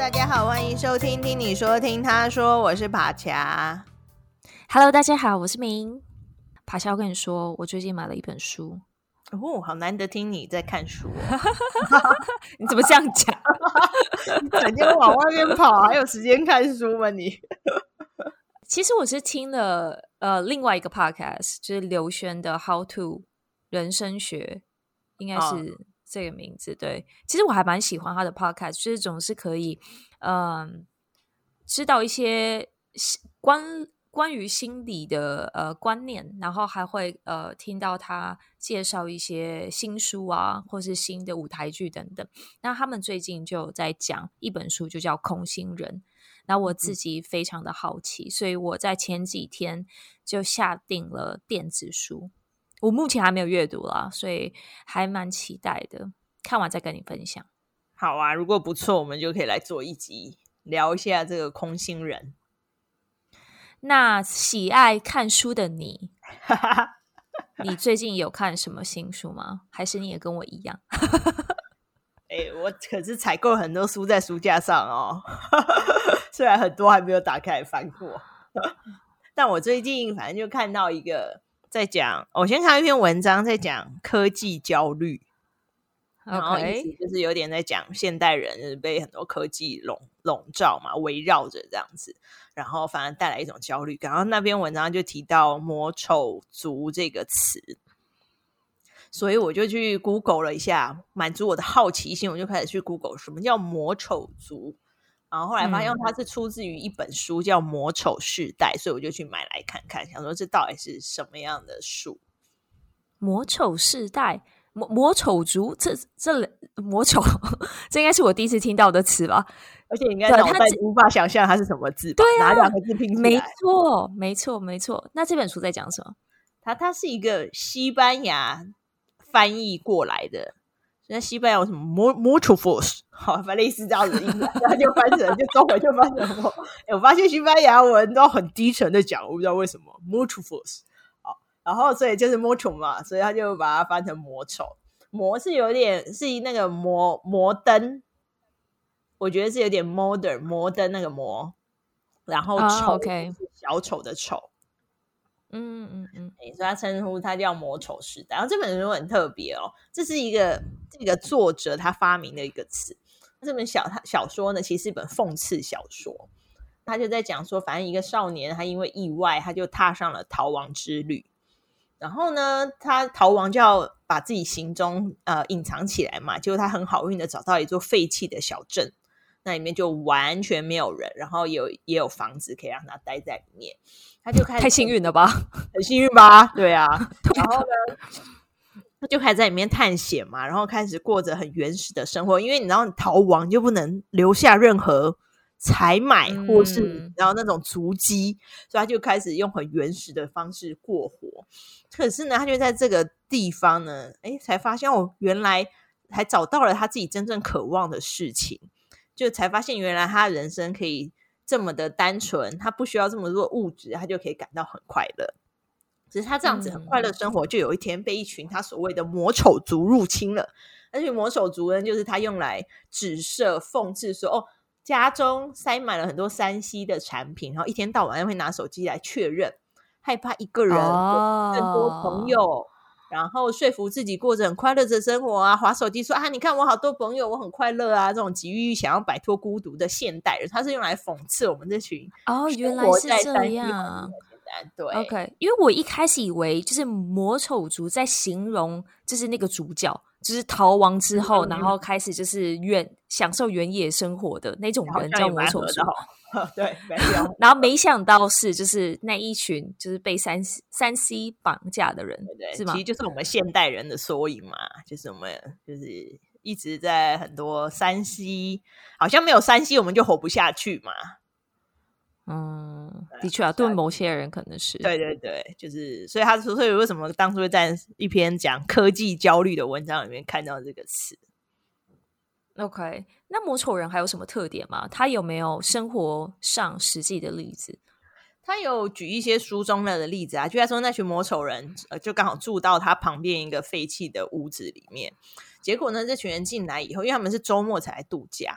大家好，欢迎收听听你说听他说，我是爬恰。 Hello， 大家好，我是明。爬恰，我跟你说，我最近买了一本书。 哦，好难得听你在看书哦。 你怎么这样讲？ 你整天往外面跑，还有时间看书吗你？ 其实我是听了另外一个 podcast， 就是刘轩的 How to 人生学，应该是这个名字。对，其实我还蛮喜欢他的 podcast， 就是总是可以知道一些关于心理的观念，然后还会听到他介绍一些新书啊，或是新的舞台剧等等。那他们最近就在讲一本书，就叫《空心人》。然后我自己非常的好奇，所以我在前几天就下定了电子书。我目前还没有阅读啦，所以还蛮期待的。看完再跟你分享。 好啊，如果不错，我们就可以来做一集聊一下这个空心人。 那喜爱看书的你，你最近有看什么新书吗？还是你也跟我一样？ 我可是采购了很多书在书架上哦，虽然很多还没有打开来翻过，但我最近反正就看到一个在讲，我先看一篇文章在讲科技焦虑，然后意思就是有点在讲现代人就是被很多科技笼罩嘛，围绕着这样子，然后反而带来一种焦虑感。然后那篇文章就提到魔丑族这个词，所以我就去 Google 了一下，满足我的好奇心，我就开始去 Google 什么叫魔丑族，然后后来发现它是出自于一本书叫《魔丑世代》，所以我就去买来看看，想说这到底是什么样的书。 魔丑世代，魔丑族，这魔丑，这应该是我第一次听到的词吧？ 而且应该脑袋无法想象它是什么字吧？ 对啊， 哪两个字拼起来？ 没错。那这本书在讲什么？ 它是一个西班牙翻译过来的，那西班牙有什么魔丑 force， 好，反正类似这样子的英文，它就翻成就中文就翻成我发现西班牙文都很低沉的讲，我不知道为什么魔丑 force。好，然后所以就是魔丑嘛，所以他就把它翻成魔丑。魔是有点是那个摩登，我觉得是有点 modern 摩登那个魔，然后丑是小丑的丑。所以他称呼他叫魔丑时代。然后这本书很特别哦，这是这个作者他发明的一个词。这本小说呢，其实是一本讽刺小说。他就在讲说，反正一个少年他因为意外，他就踏上了逃亡之旅。然后呢，他逃亡就要把自己行踪隐藏起来嘛。结果他很好运的找到一座废弃的小镇，那里面就完全没有人，然后也有房子可以让他待在里面。他就开始太幸运了吧？ 很幸运吧？对啊。然后呢，他就开始在里面探险嘛，然后开始过着很原始的生活。因为你知道，你逃亡就不能留下任何采买或是然后那种足迹，所以他就开始用很原始的方式过活。可是呢，他就在这个地方呢，才发现原来还找到了他自己真正渴望的事情，就才发现原来他的人生可以这么的单纯，他不需要这么多物质，他就可以感到很快乐。只是他这样子很快乐生活，就有一天被一群他所谓的魔丑族入侵了。而且魔丑族呢，就是他用来指涉讽刺说，家中塞满了很多3C 的产品，然后一天到晚会拿手机来确认，害怕一个人有更多朋友，然后说服自己过着很快乐的生活啊，滑手机说你看我好多朋友，我很快乐啊，这种急于想要摆脱孤独的现代人，他是用来讽刺我们这群原来是这样。 对 ，OK， 因为我一开始以为就是魔丑族在形容就是那个主角，就是逃亡之后，然后开始就是享受原野生活的那种人叫魔丑族。 对，没有。 然后没想到是就是那一群就是被三 C 绑架的人， 对， 是吗？ 其实就是我们现代人的缩影嘛，就是我们就是一直在很多3C，好像没有3C我们就活不下去嘛。 的确啊，对某些人可能是。 对，就是所以为什么当初会在一篇讲科技焦虑的文章里面看到这个词。 OK， 那魔丑人还有什么特点吗？他有没有生活上实际的例子？ 他有举一些书中的例子啊，就在说那群魔丑人就刚好住到他旁边一个废弃的屋子里面。结果呢，这群人进来以后，因为他们是周末才来度假，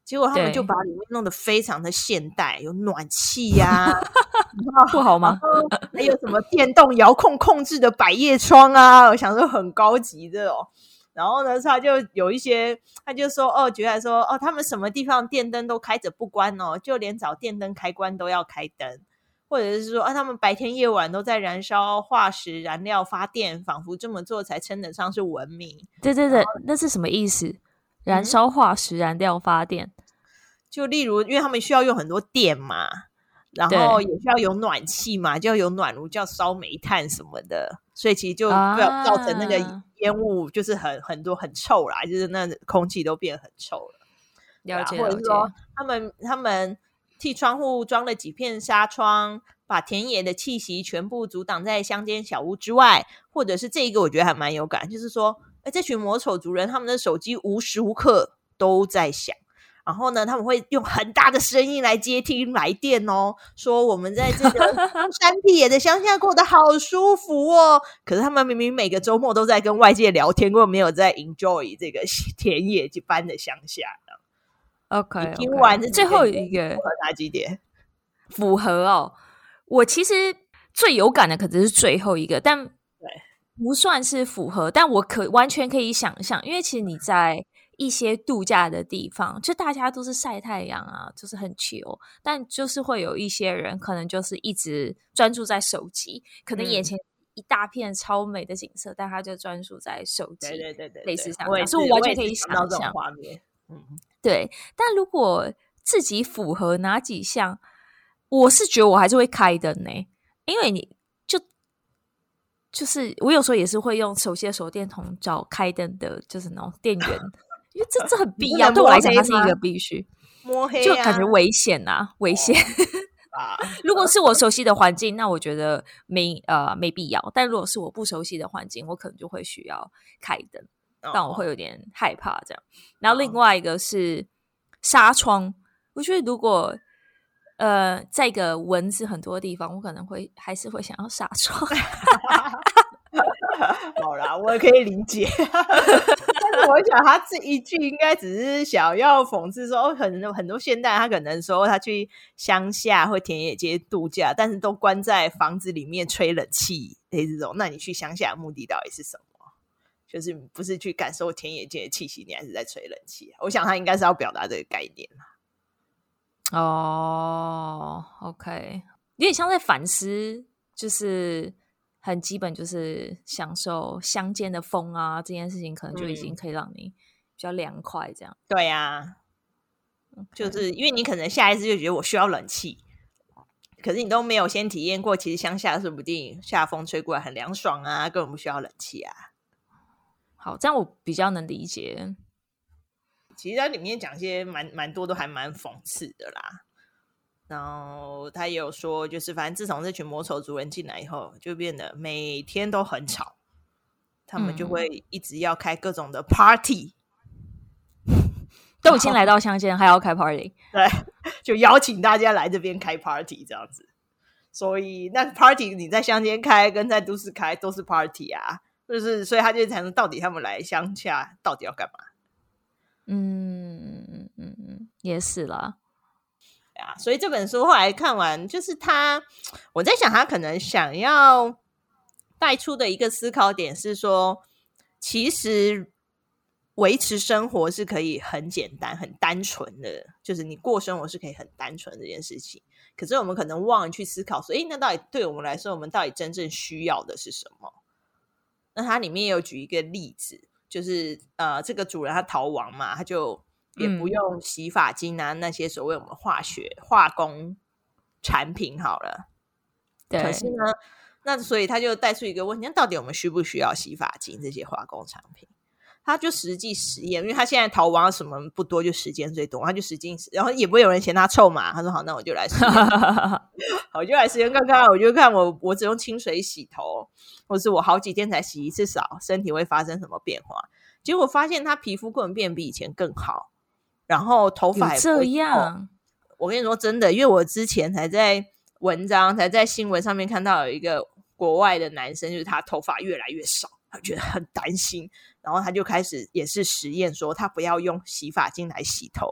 结果他们就把里面弄得非常的现代，有暖气呀、 不好吗？ 还有什么电动遥控控制的百叶窗啊，我想说很高级的哦。然后呢，他就有一些，他就说觉得说他们什么地方电灯都开着不关哦，就连找电灯开关都要开灯，或者是说他们白天夜晚都在燃烧化石燃料发电，仿佛这么做才称得上是文明。 对，那是什么意思？燃烧化石燃料发电？ 就例如，因为他们需要用很多电嘛，然后也需要有暖气嘛，就要有暖炉，就要烧煤炭什么的，所以其实就造成那个烟雾就是很多很臭啦，就是那空气都变很臭了。 了解， 或者说他们替窗户装了几片纱窗，把田野的气息全部阻挡在乡间小屋之外，或者是这一个我觉得还蛮有感，就是说这群魔丑族人他们的手机无时无刻都在响，然后呢他们会用很大的声音来接听来电哦，说我们在这个山僻野的乡下过得好舒服哦，可是他们明明每个周末都在跟外界聊天，根本没有在 enjoy 这个田野般的乡下。 OK， 听完最后一个符合哪几点？ 符合哦，我其实最有感的可能是最后一个，但不算是符合，但我完全可以想象，因为其实你在一些度假的地方，就大家都是晒太阳啊，就是很 chill， 但就是会有一些人可能就是一直专注在手机，可能眼前一大片超美的景色，但他就专注在手机， 对， 类似像这样， 所以我完全可以想象到这种画面。 对，但如果自己符合哪几项，我是觉得我还是会开灯呢，因为你就是我有时候也是会用手机的手电筒找开灯的，就是那种电源，因为这很必要，对我来讲它是一个必须。 摸黑就感觉危险啊，危险。如果是我熟悉的环境，那我觉得没必要。但如果是我不熟悉的环境，我可能就会需要开灯。但我会有点害怕这样。然后另外一个是纱窗，我觉得如果在一个蚊子很多的地方，我可能还是会想要纱窗。 好啦，我也可以理解。但是我想他这一句应该只是想要讽刺说，很多现代他可能说他去乡下或田野街度假，但是都关在房子里面吹冷气这种，那你去乡下的目的到底是什么？就是不是去感受田野间的气息，你还是在吹冷气。我想他应该是要表达这个概念。 OK， 有点像在反思，就是很基本，就是享受乡间的风啊，这件事情可能就已经可以让你比较凉快这样。 对啊，就是因为你可能下一次就觉得我需要冷气，可是你都没有先体验过，其实乡下说不定下风吹过来很凉爽啊，根本不需要冷气啊。 好，这样我比较能理解。 其实在里面讲些蛮多都还蛮讽刺的啦。然后他也有说，就是反正自从这群魔丑族人进来以后，就变得每天都很吵，他们就会一直要开各种的 party。 都已经来到乡间，还要开 party， 对，就邀请大家来这边开 party 这样子。所以那 party 你在乡间开跟在都市开都是 party 啊，就是所以他就才能到底他们来乡下到底要干嘛？ 也是啦。 所以这本书后来看完，就是我在想他可能想要带出的一个思考点是说，其实维持生活是可以很简单很单纯的，就是你过生活是可以很单纯的这件事情，可是我们可能忘了去思考说，那到底对我们来说，我们到底真正需要的是什么？那它里面有举一个例子，就是这个主人他逃亡嘛，他就也不用洗发精啊，那些所谓我们化工产品好了。 对。 可是呢，那所以他就带出一个问题，那到底我们需不需要洗发精这些化工产品？他就实际实验，因为他现在逃亡什么不多，就时间最多，他就实际，然后也不会有人嫌他臭嘛。他说好，那我就来实验，我就来实验看看，我就看我只用清水洗头，或是我好几天才洗一次澡，身体会发生什么变化？结果发现他皮肤根本变比以前更好，然后头发也这样。 我跟你说真的，因为我之前才在新闻上面看到有一个国外的男生，就是他头发越来越少，他觉得很担心，然后他就开始也是实验说他不要用洗发精来洗头，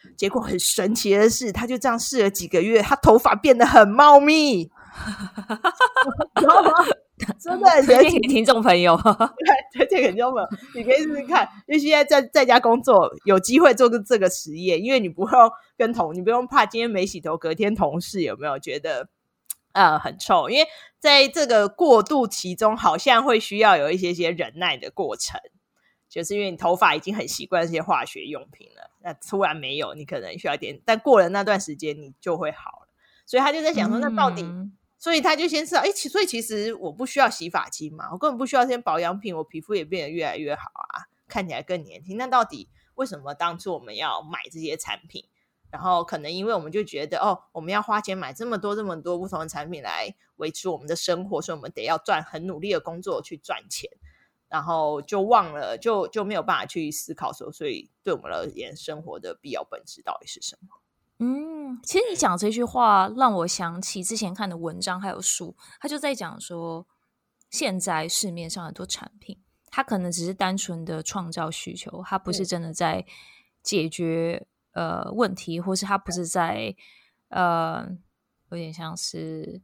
结果很神奇的是，他就这样试了几个月，他头发变得很茂密，知道吗？真的很推荐给听众朋友。 对，推荐给听众朋友，你可以试试看。因为现在在家工作，有机会做这个实验，因为你不用你不用怕今天没洗头，隔天同事有没有觉得很臭？因为在这个过渡期中，好像会需要有一些忍耐的过程，就是因为你头发已经很习惯这些化学用品了，那突然没有，你可能需要一点，但过了那段时间你就会好了。所以他就在想说，那到底。所以他就先知道，所以其实我不需要洗发精嘛，我根本不需要这些保养品，我皮肤也变得越来越好啊，看起来更年轻。那到底为什么当初我们要买这些产品？然后可能因为我们就觉得我们要花钱买这么多不同的产品来维持我们的生活，所以我们得要很努力的工作去赚钱，然后就忘了就没有办法去思考说，所以对我们而言生活的必要本质到底是什么。 其实你讲这句话让我想起之前看的文章还有书，他就在讲说现在市面上很多产品它可能只是单纯的创造需求，它不是真的在解决问题，或是它不是在有点像是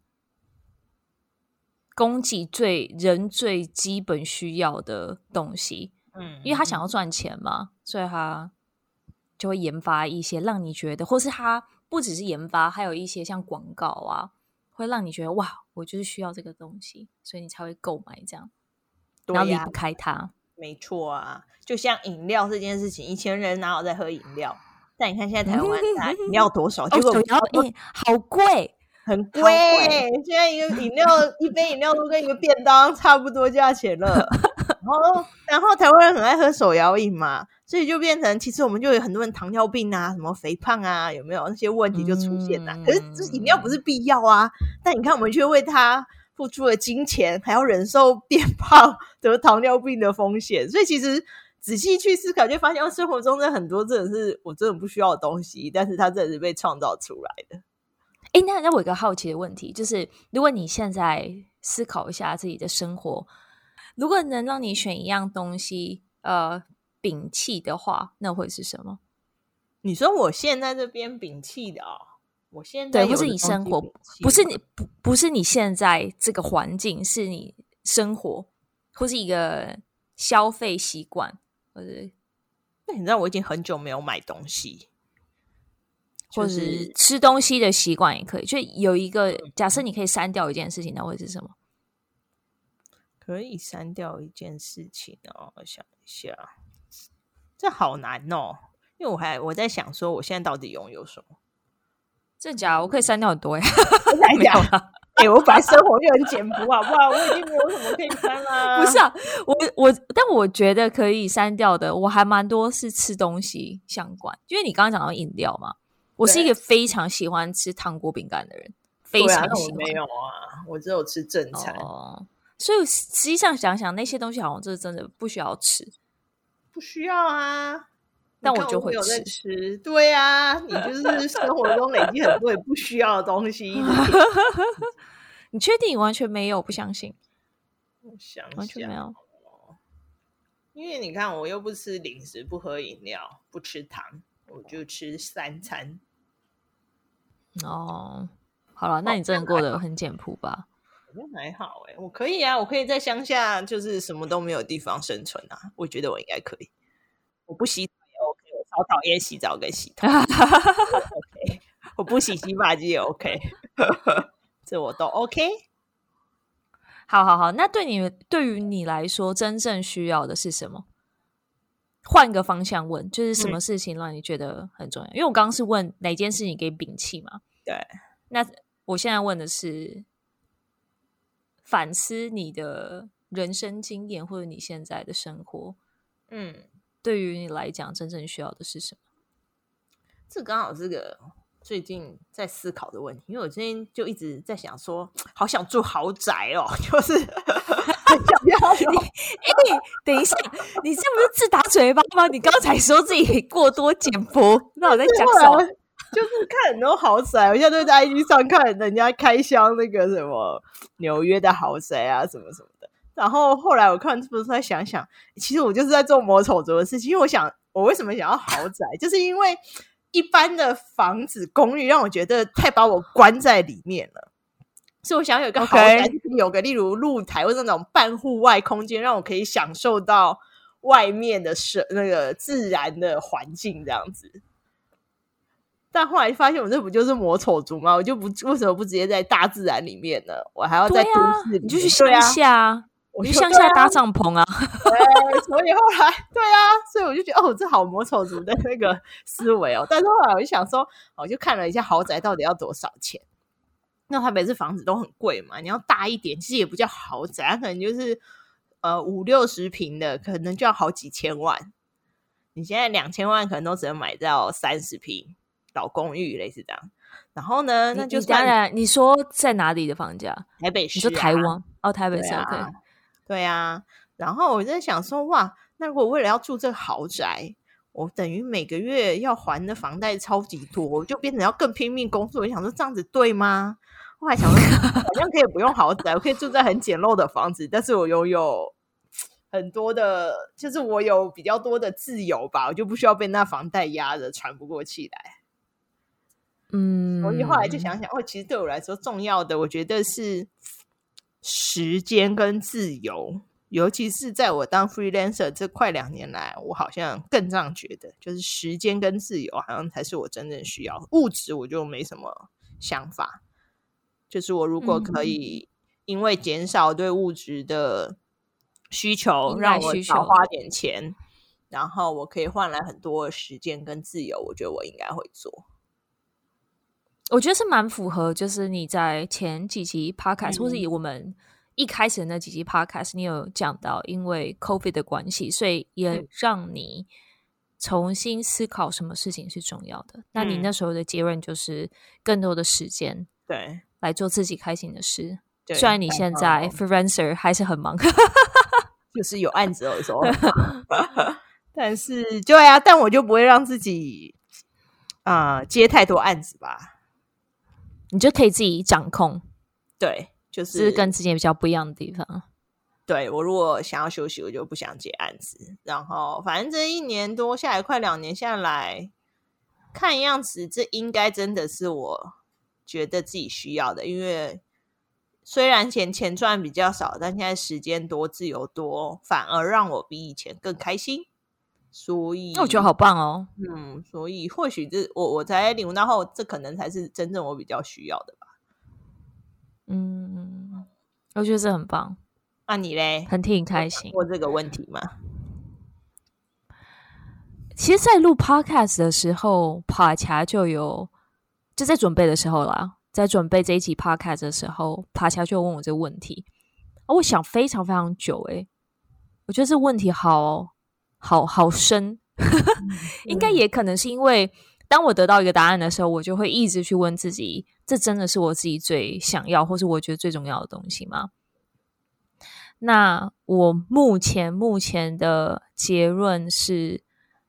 供给人最基本需要的东西，因为他想要赚钱嘛，所以他就会研发一些让你觉得，或是他不只是研发，还有一些像广告啊，会让你觉得哇，我就是需要这个东西，所以你才会购买这样，然后离不开它。 没错啊，就像饮料这件事情，以前人哪有在喝饮料？但你看现在台湾饮料多少，结果好贵， 很贵。现在一个饮料一杯饮料都跟一个便当差不多价钱了。然后台湾人很爱喝手摇饮嘛，所以就变成其实我们就有很多人糖尿病啊，什么肥胖啊，有没有那些问题就出现了。可是这饮料不是必要啊，但你看我们却为它付出了金钱，还要忍受变胖得糖尿病的风险。所以其实仔细去思考就发现生活中的很多真的是我真的不需要的东西，但是它真的是被创造出来的。 那我有一个好奇的问题，就是如果你现在思考一下自己的生活，如果能让你选一样东西摒弃的话，那会是什么？ 你说我现在这边摒弃的我现在对，不是你生活，不是你现在这个环境，是你生活或是一个消费习惯，或者那你知道我已经很久没有买东西， 或是吃东西的习惯也可以。就有一个假设你可以删掉一件事情，那会是什么？ 可以删掉一件事情我想一下，这好难因为我在想说我现在到底拥有什么。 真假？我可以删掉很多没有啦我本来生活就很简朴好不好？我已经没有什么可以删啦。 不是但我觉得可以删掉的我还蛮多是吃东西相关，因为你刚刚讲到饮料嘛，我是一个非常喜欢吃糖果饼干的人，非常喜欢。 我没有我只有吃正餐所以实际上想想那些东西好像这真的不需要吃。 不需要啊， 但我就会吃。对啊，你就是生活中累积很多也不需要的东西。 你确定你完全没有？不相信。 我想完全没有， 因为你看我又不吃零食，不喝饮料，不吃糖，我就吃3餐。 好了，那你真的过得很简朴吧？ 好像还好我可以我可以在乡下就是什么都没有地方生存我觉得我应该可以。我不洗澡也 OK， 我超讨厌洗澡跟洗头OK， 我不洗洗发机也 OK 这我都 OK。 好，那对于你来说真正需要的是什么？换个方向问，就是什么事情让你觉得很重要？因为我刚刚是问哪件事情可以摒弃嘛。 对， 那我现在问的是反思你的人生经验或者你现在的生活，对于你来讲真正需要的是什么？ 这刚好是个最近在思考的问题，因为我今天就一直在想说好想住豪宅就是很想要等一下，你这不是自打嘴巴吗？你刚才说自己过多简朴，那我在讲什么？ 就是看很多豪宅，我现在都在 IG 上看人家开箱那个什么纽约的豪宅啊什么什么的，然后后来我看是不是在想想，其实我就是在做某丑拙的事情，因为我为什么想要豪宅，就是因为一般的房子公寓让我觉得太把我关在里面了，所以我想有一个豪宅，就是有个例如露台或者那种半户外空间，让我可以享受到外面的那个自然的环境这样子。但后来发现我这不就是魔丑族吗？我就不为什么不直接在大自然里面呢？我还要在都市里面， 你就去乡下，你去乡下搭帐篷啊。 对，所以后来对啊，所以我就觉得这好魔丑族的那个思维哦。但是后来我就想说，我就看了一下豪宅到底要多少钱。那台北市房子都很贵嘛，你要大一点，其实也不叫豪宅，它可能就是50-60平的，可能就要好几千万。你现在2000万可能都只能买到30平老公寓类似这样。然后呢，那就当然你说在哪里的房价？ 台北市、 你说台湾台北市 OK。 对啊，然后我在想说，哇，那如果为了要住这个豪宅，我等于每个月要还的房贷超级多，我就变成要更拼命工作。我想说这样子对吗？我还想说好像可以不用豪宅，我可以住在很简陋的房子，但是我拥有很多的，就是我有比较多的自由吧，我就不需要被那房贷压着喘不过气来。所以后来就想想，其实对我来说重要的，我觉得是时间跟自由，尤其是在我当 freelancer 这快2年来，我好像更这样觉得，就是时间跟自由好像才是我真正需要。物质我就没什么想法，就是我如果可以因为减少对物质的需求，让我少花点钱，然后我可以换来很多时间跟自由，我觉得我应该会做。 我觉得是蛮符合，就是你在前几集 podcast 或是以我们一开始的那几集 podcast 你有讲到，因为 COVID 的关系，所以也让你重新思考什么事情是重要的。那你那时候的结论就是更多的时间对来做自己开心的事。虽然你现在 freelancer 还是很忙就是有案子的时候但是对啊，但我就不会让自己接太多案子吧， 你就可以自己掌控。 对，就是跟之前比较不一样的地方。 对，我如果想要休息，我就不想接案子。然后反正这1年多下来，快2年下来，看样子这应该真的是我觉得自己需要的。因为虽然钱赚比较少，但现在时间多，自由多，反而让我比以前更开心。所以我觉得好棒哦。 所以或许我才领悟到后，这可能才是真正我比较需要的吧。 我觉得这很棒。 那你嘞？ 很替你开心。 过这个问题吗？ 其实在录 podcast 的时候，帕恰就在准备的时候啦，在准备这一集 podcast 的时候，帕恰就问我这个问题。我想非常非常久我觉得这问题好深应该也可能是因为当我得到一个答案的时候，我就会一直去问自己，这真的是我自己最想要或是我觉得最重要的东西吗？那我目前的结论是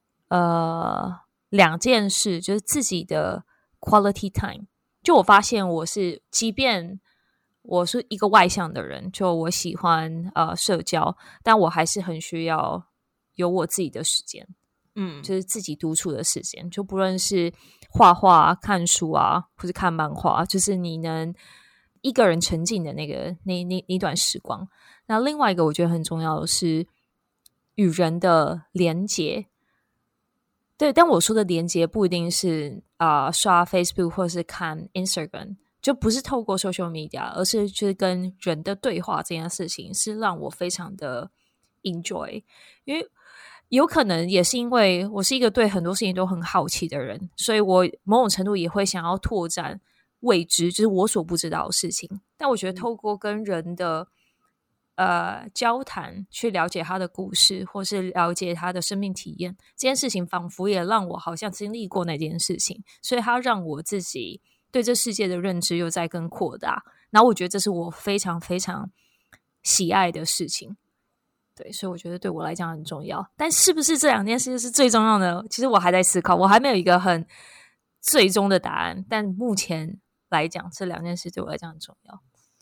2件事，就是自己的 quality time。 就我发现即便我是一个外向的人，就我喜欢社交，但我还是很需要有我自己的时间，就是自己独处的时间，就不论是画画、看书啊，或是看漫画，就是你能一个人沉浸的那段时光。那另外一个我觉得很重要的是与人的连结。对，但我说的连结不一定是刷 Facebook 或是看 Instagram， 就不是透过 social media， 而是就是跟人的对话这件事情是让我非常的 enjoy。因为有可能也是因为我是一个对很多事情都很好奇的人，所以我某种程度也会想要拓展未知，就是我所不知道的事情。但我觉得透过跟人的交谈，去了解他的故事，或是了解他的生命体验，这件事情仿佛也让我好像经历过那件事情，所以它让我自己对这世界的认知又在更扩大。然后我觉得这是我非常非常喜爱的事情。对，所以我觉得对我来讲很重要。但是不是这2件事是最重要的？其实我还在思考，我还没有一个很最终的答案。但目前来讲，这2件事对我来讲很重要。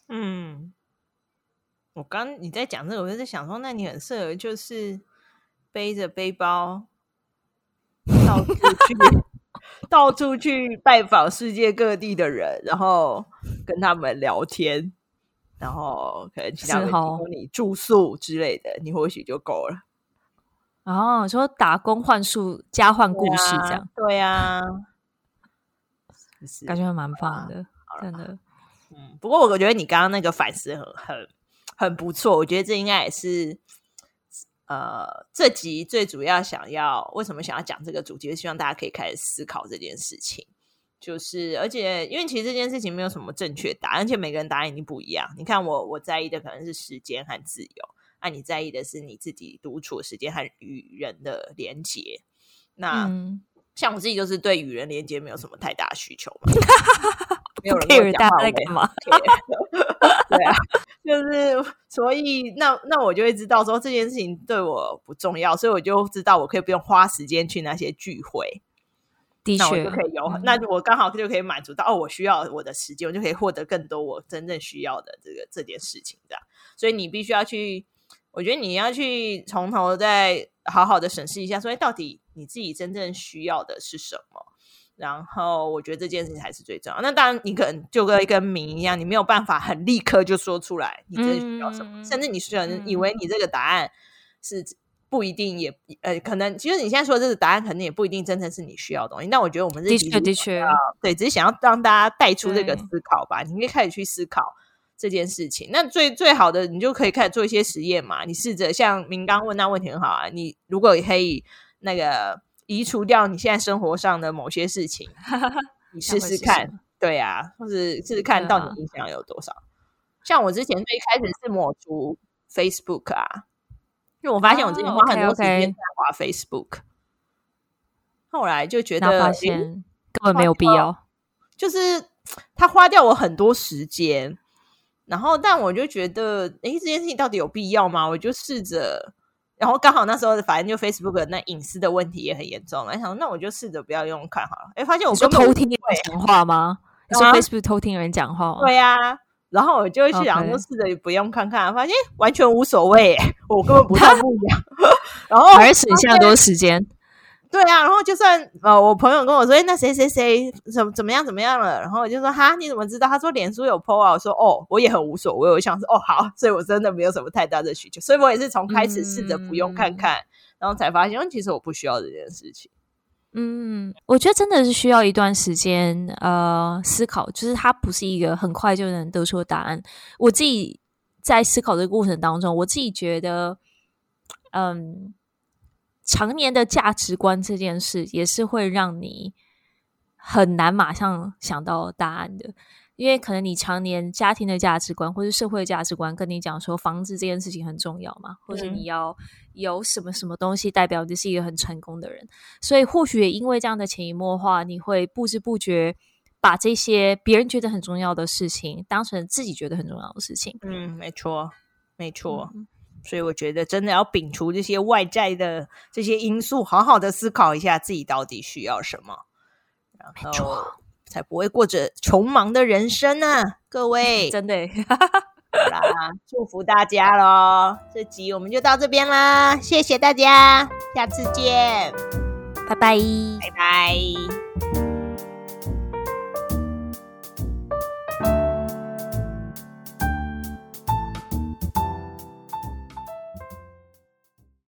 我刚你在讲这个，我就在想说，那你很适合就是背着背包到处去到处去拜访世界各地的人，然后跟他们聊天，然后可能请他们提供你住宿之类的，你或许就够了。 哦，说打工换宿交换故事这样， 对啊， 感觉蛮棒的，真的。 不过我觉得你刚刚那个反思很不错，我觉得这应该也是这集最主要为什么想要讲这个主题，希望大家可以开始思考这件事情。就是而且因为其实这件事情没有什么正确答案，而且每个人答案一定不一样。你看我在意的可能是时间和自由，那你在意的是你自己独处的时间和与人的连结。那像我自己就是对与人连接没有什么太大的需求嘛没有人跟我讲话， 在干嘛？ 对啊，就是所以那我就会知道说这件事情对我不重要，所以我就知道我可以不用花时间去那些聚会。 的确， 那我就可以那我刚好就可以满足到我需要我的时间，我就可以获得更多我真正需要的这件事情这样。所以你必须要去，我觉得你要去从头再好好的审视一下，所以到底你自己真正需要的是什么。然后我觉得这件事情才是最重要。那当然你可能就跟明一样，你没有办法很立刻就说出来你真的需要什么，甚至你可能以为你这个答案是不一定也可能其实你现在说的这个答案可能也不一定真正是你需要的东西。但我觉得我们这的确对，只是想要让大家带出这个思考吧。你可以开始去思考这件事情。那最好的你就可以开始做一些实验嘛。你试着像明刚问那问题很好啊，你如果可以那个移除掉你现在生活上的某些事情你试试看对啊，或者试试看到底影响有多少。像我之前最开始是抹除 Facebook 啊，因为我发现我之前花很多时间在滑 Facebook，后来就觉得发现根本没有必要， 就是他花掉我很多时间，然后但我就觉得这件事情到底有必要吗？我就试着，然后刚好那时候反正就 Facebook 的那隐私的问题也很严重，想说那我就试着不要用看好了。发现我根本偷听人讲话吗？你说 Facebook 偷听人讲话吗？ 对啊，然后我就会去想说试着不用看看，发现完全无所谓我根本不痛不痒然后反而省下多时间。 对啊，然后就算我朋友跟我说那谁谁谁怎么样了，然后我就说哈你怎么知道？他说脸书有 po 啊，我说我也很无所谓，我想说好，所以我真的没有什么太大的需求，所以我也是从开始试着不用看看然后才发现其实我不需要这件事情。 我觉得真的是需要一段时间思考，就是它不是一个很快就能得出的答案。我自己在思考这个过程当中，我自己觉得常年的价值观这件事也是会让你很难马上想到答案的，因为可能你常年家庭的价值观或是社会的价值观跟你讲说房子这件事情很重要嘛，或者你要有什么什么东西代表你是一个很成功的人，所以或许也因为这样的潜移默化，你会不知不觉把这些别人觉得很重要的事情当成自己觉得很重要的事情。 没错没错所以我觉得真的要摒除这些外在的这些因素，好好的思考一下自己到底需要什么，然后才不会过着穷忙的人生啊各位真的好啦，祝福大家咯，这集我们就到这边啦，谢谢大家，下次见， 拜拜拜拜。